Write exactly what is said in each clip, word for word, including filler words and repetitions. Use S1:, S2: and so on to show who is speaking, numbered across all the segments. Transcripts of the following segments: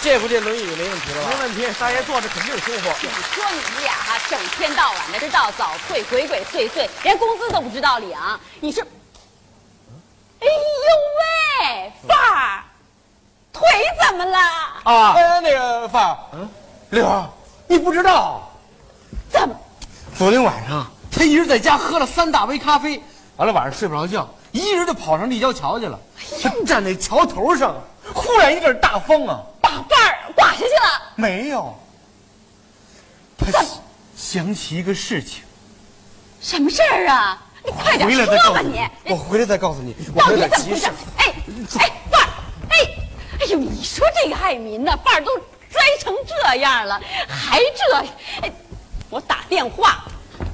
S1: 这回这轮椅没问题了吧？
S2: 没问题，大爷坐着肯定舒服。
S3: 你说你们俩哈，整天到晚的这到早退、鬼鬼祟祟，连工资都不知道领。你是，哎呦喂，范儿，腿怎么了？
S1: 啊，哎，那个范儿，嗯，六儿，你不知道？
S3: 怎么？
S1: 昨天晚上他一直在家喝了三大杯咖啡，完了晚上睡不着觉，一人就跑上立交桥去了。他站在桥头上，忽然一阵大风啊，
S3: 把范儿刮下去了。
S1: 没有。他想起一个事情。
S3: 什么事儿啊？你快点说吧你！
S1: 我回来再告诉你。我
S3: 到
S1: 回
S3: 底怎么回事？哎哎，范儿，哎，哎呦，你说这个爱民呢，范儿都栽成这样了，还这……哎，我打电话。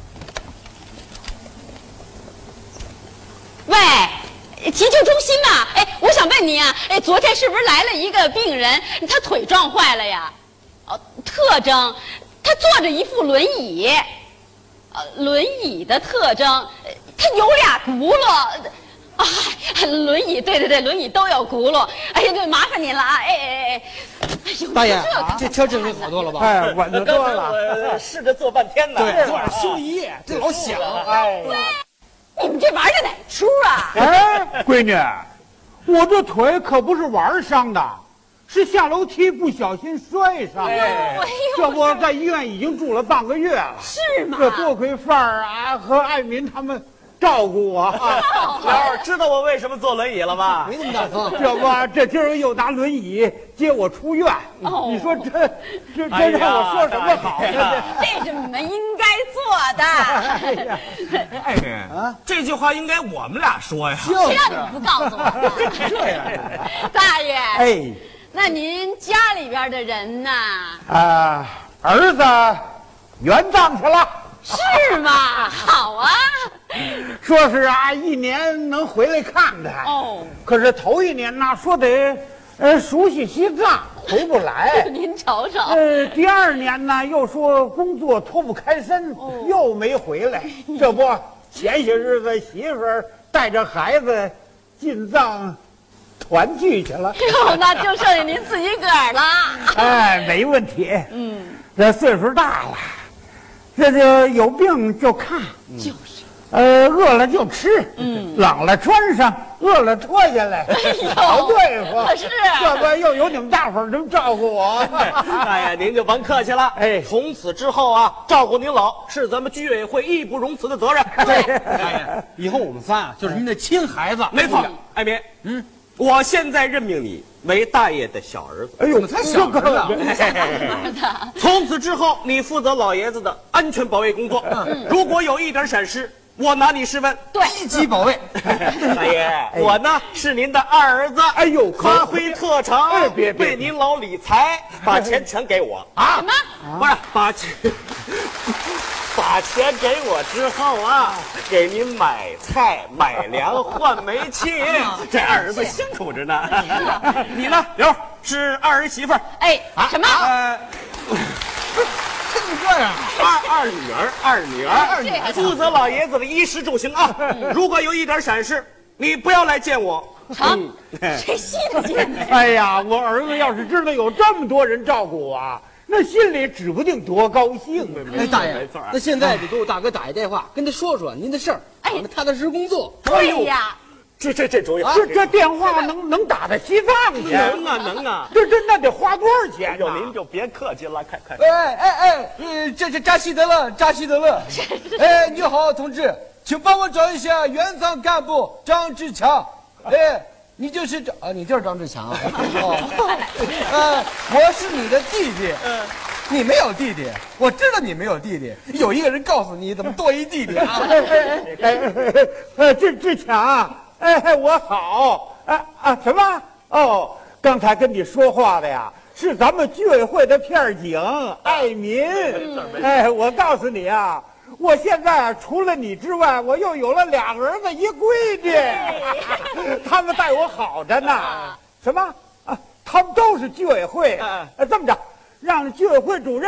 S3: 喂，急救中心呐！哎，我想问你啊，哎，昨天是不是来了一个病人，他腿撞坏了呀？哦，特征，他坐着一副轮椅。呃，轮椅的特征，它有俩轱辘，啊，轮椅，对对对，轮椅都有轱辘。哎呀，对，麻烦您了啊！哎哎哎，哎呦，
S1: 大爷，这车整理好多了吧？
S2: 哎，稳得多了，试着坐半天呢。
S1: 对，昨晚修一夜，这老响。
S2: 哎，
S3: 你们这玩的哪出啊？
S4: 哎，闺女，我这腿可不是玩伤的。是下楼梯不小心摔伤的，
S3: 哎呦，
S4: 这不在医院已经住了半个月了。
S3: 是吗？
S4: 这多亏范儿啊和爱民他们照顾我。
S2: 老二知道我为什么坐轮椅了吧？
S1: 没那么大风。
S4: 这不，这今儿又拿轮椅接我出院。
S3: 哦、
S4: 你说这这这让我说什么好呢？
S3: 这是你们应该做的。
S4: 哎呀，
S2: 爱民啊，这句话应该我们俩说呀。
S3: 谁让你们不告诉我呢？
S1: 这样，
S3: 大爷。
S4: 哎。
S3: 那您家里边的人呢？
S4: 啊，儿子远葬去了。
S3: 是吗？好啊。
S4: 说是啊，一年能回来看看。
S3: 哦。
S4: 可是头一年呢，说得呃熟悉西藏，回不来。
S3: 您瞅瞅。
S4: 呃，第二年呢，又说工作脱不开身，哦、又没回来。这不，前些日子媳妇儿带着孩子进藏。团聚去了，
S3: 哟，那就剩下您自己个儿了。
S4: 哎，没问题。
S3: 嗯，
S4: 这岁数大了，这就有病就看，
S3: 就是，
S4: 呃，饿了就吃，
S3: 嗯，
S4: 冷了穿上，饿了脱下来，好对付。
S3: 是，
S4: 这不又有你们大伙儿这么照顾我。
S2: 大爷，您就甭客气了。哎，从此之后啊，照顾您老是咱们居委会义不容辞的责任。
S3: 对，
S1: 大爷，以后我们仨啊，就是您的亲孩子。
S2: 没错，爱民，嗯。我现在任命你为大爷的小儿子。
S4: 哎呦，
S1: 才小儿子！
S3: 儿子，
S2: 从此之后，你负责老爷子的安全保卫工作。嗯、如果有一点闪失，我拿你试问。
S3: 对，
S1: 一级保卫。
S2: 大爷，我呢是您的二儿子。
S4: 哎呦，
S2: 发挥特长，
S4: 哎、别别
S2: 为您老理财，把钱全给我
S3: 啊！什么？
S2: 不是把钱。把钱给我之后啊，给您买菜、买粮、换煤气，这二儿子辛苦着呢。你呢，刘是二儿媳妇儿。
S3: 哎，什么？
S2: 呃，
S1: 这么这样？
S2: 二二女儿，二女儿，二女儿负责老爷子的衣食住行啊。如果有一点闪失，你不要来见我。
S3: 成，谁稀得见呢？
S4: 哎呀，我儿子要是知道有这么多人照顾我啊。那心里指不定多高兴啊！
S1: 哎，大爷，那现在得给我大哥打一电话，跟他说说您的事儿，
S3: 哎，
S1: 踏踏实实工作。
S3: 对呀，
S2: 这这这主意，
S4: 这这电话能能打到西藏去？
S2: 能啊能啊！
S4: 这这那得花多少钱
S2: 哟，您就别客气了，快快！
S1: 哎哎哎，呃，这这扎西德勒，扎西德勒。哎，你好，同志，请帮我找一下原藏干部张志强。哎。你就是张啊，你就是张志强啊！哦，呃，我是你的弟弟。嗯，你没有弟弟，我知道你没有弟弟。有一个人告诉你怎么多一弟弟啊！
S4: 哎哎哎哎，志志强，哎，我好。啊啊，什么？哦，刚才跟你说话的呀，是咱们居委会的片警爱民。哎，我告诉你啊。我现在除了你之外，我又有了俩儿子一闺女，他们待我好着呢。什么啊？他们都是居委会。呃，这么着，让居委会主任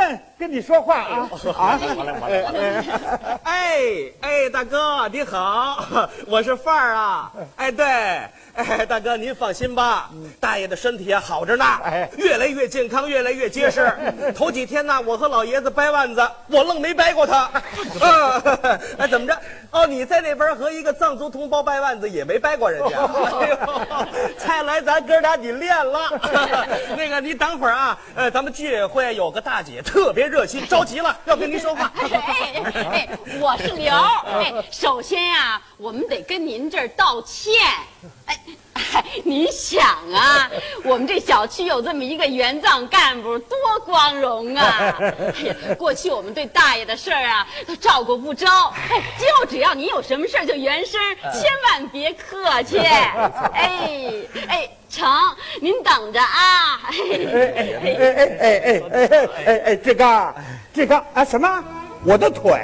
S4: 跟你说话啊啊！
S2: 好嘞，好嘞。哎哎，大哥你好，我是范儿啊。哎，对，哎，大哥您放心吧，大爷的身体啊好着呢，
S4: 哎，
S2: 越来越健康，越来越结实。头几天呢，我和老爷子掰腕子，我愣没掰过他。啊，哎，怎么着？哦，你在那边和一个藏族同胞掰腕子，也没掰过人家。哎呦，看来咱哥俩你练了。那个，你等会儿啊，呃，咱们居委会有个大姐特别热心，着急了，要跟您说话。
S3: 哎哎哎，我是刘。哎，首先呀、啊，我们得跟您这儿道歉。哎。哎，你想啊，我们这小区有这么一个原藏干部，多光荣啊！哎呀，过去我们对大爷的事儿啊都照顾不周，哎，今后只要你有什么事儿就原声，千万别客气。哎哎，成，您等着啊！
S4: 哎哎哎哎哎哎哎哎，志刚，志刚啊，什么？我的腿？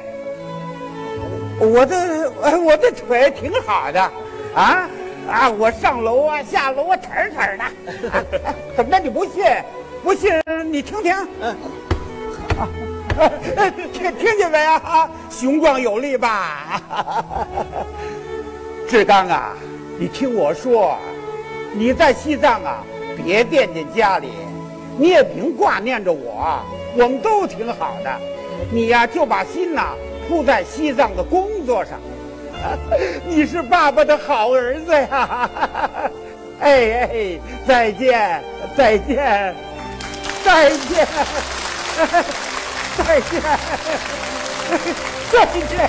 S4: 我的我的腿挺好的，啊。啊，我上楼啊，下楼啊，腿腿的、啊。怎么着？你不信？不信你听听。嗯、啊，听听见没啊？雄壮有力吧？志刚啊，你听我说，你在西藏啊，别惦记家里，你也别挂念着我，我们都挺好的。你呀、啊，就把心呐扑在西藏的工作上。你是爸爸的好儿子呀！哎哎，再见，再见，再见，再见，再见。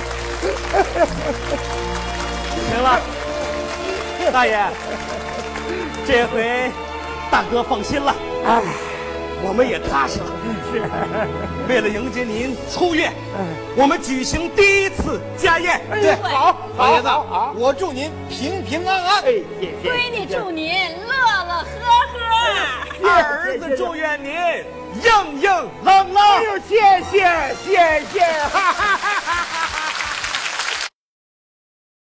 S2: 行了，大爷，这回大哥放心了，哎，我们也踏实了。是，为了迎接您出院，我们举行第一次家宴。
S1: 对，好，老爷子，
S4: 好，
S1: 我祝您平平安安。
S4: 哎，谢谢。
S3: 闺女祝您乐乐呵呵，
S2: 儿子祝愿您硬硬朗朗。
S4: 哎呦，谢谢，谢谢，哈哈。